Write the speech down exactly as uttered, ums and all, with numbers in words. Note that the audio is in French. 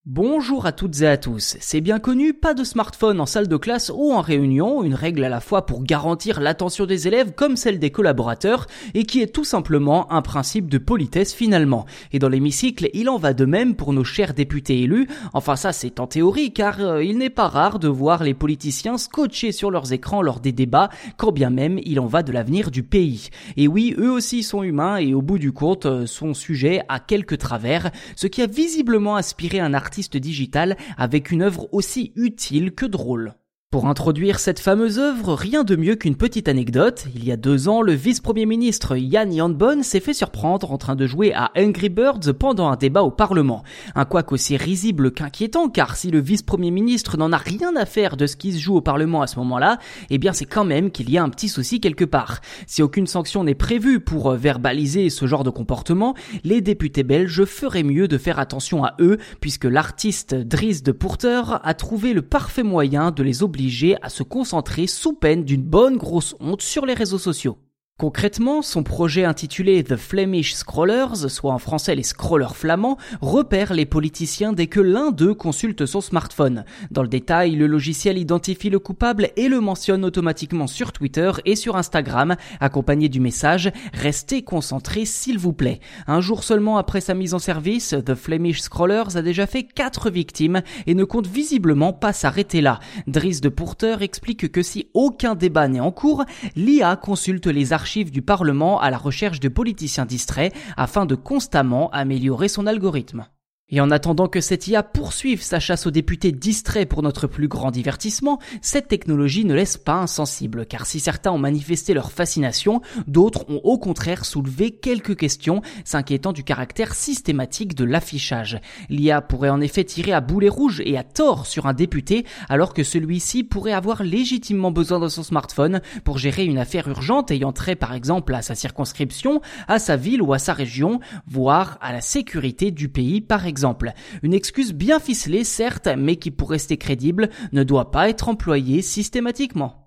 Bonjour à toutes et à tous. C'est bien connu, pas de smartphone en salle de classe ou en réunion, une règle à la fois pour garantir l'attention des élèves comme celle des collaborateurs et qui est tout simplement un principe de politesse finalement. Et dans l'hémicycle, il en va de même pour nos chers députés élus. Enfin ça c'est en théorie car euh, il n'est pas rare de voir les politiciens scotchés sur leurs écrans lors des débats, quand bien même il en va de l'avenir du pays. Et oui, eux aussi sont humains et au bout du compte euh, sont sujets à quelques travers, ce qui a visiblement inspiré un artiste digital avec une œuvre aussi utile que drôle. Pour introduire cette fameuse œuvre, rien de mieux qu'une petite anecdote. Il y a deux ans, le vice-premier ministre Jan Janbon s'est fait surprendre en train de jouer à Angry Birds pendant un débat au Parlement. Un couac aussi risible qu'inquiétant, car si le vice-premier ministre n'en a rien à faire de ce qui se joue au Parlement à ce moment-là, eh bien c'est quand même qu'il y a un petit souci quelque part. Si aucune sanction n'est prévue pour verbaliser ce genre de comportement, les députés belges feraient mieux de faire attention à eux, puisque l'artiste Dries de Pourter a trouvé le parfait moyen de les obliger à se concentrer sous peine d'une bonne grosse honte sur les réseaux sociaux. Concrètement, son projet intitulé The Flemish Scrollers, soit en français les scrollers flamands, repère les politiciens dès que l'un d'eux consulte son smartphone. Dans le détail, le logiciel identifie le coupable et le mentionne automatiquement sur Twitter et sur Instagram, accompagné du message « Restez concentrés s'il vous plaît ». Un jour seulement après sa mise en service, The Flemish Scrollers a déjà fait quatre victimes et ne compte visiblement pas s'arrêter là. Dries de Pourter explique que si aucun débat n'est en cours, l'I A consulte les archives du Parlement à la recherche de politiciens distraits afin de constamment améliorer son algorithme. Et en attendant que cette I A poursuive sa chasse aux députés distraits pour notre plus grand divertissement, cette technologie ne laisse pas insensible, car si certains ont manifesté leur fascination, d'autres ont au contraire soulevé quelques questions, s'inquiétant du caractère systématique de l'affichage. L'I A pourrait en effet tirer à boulet rouge et à tort sur un député, alors que celui-ci pourrait avoir légitimement besoin de son smartphone pour gérer une affaire urgente ayant trait par exemple à sa circonscription, à sa ville ou à sa région, voire à la sécurité du pays par exemple. Exemple. Une excuse bien ficelée certes, mais qui pour rester crédible ne doit pas être employée systématiquement.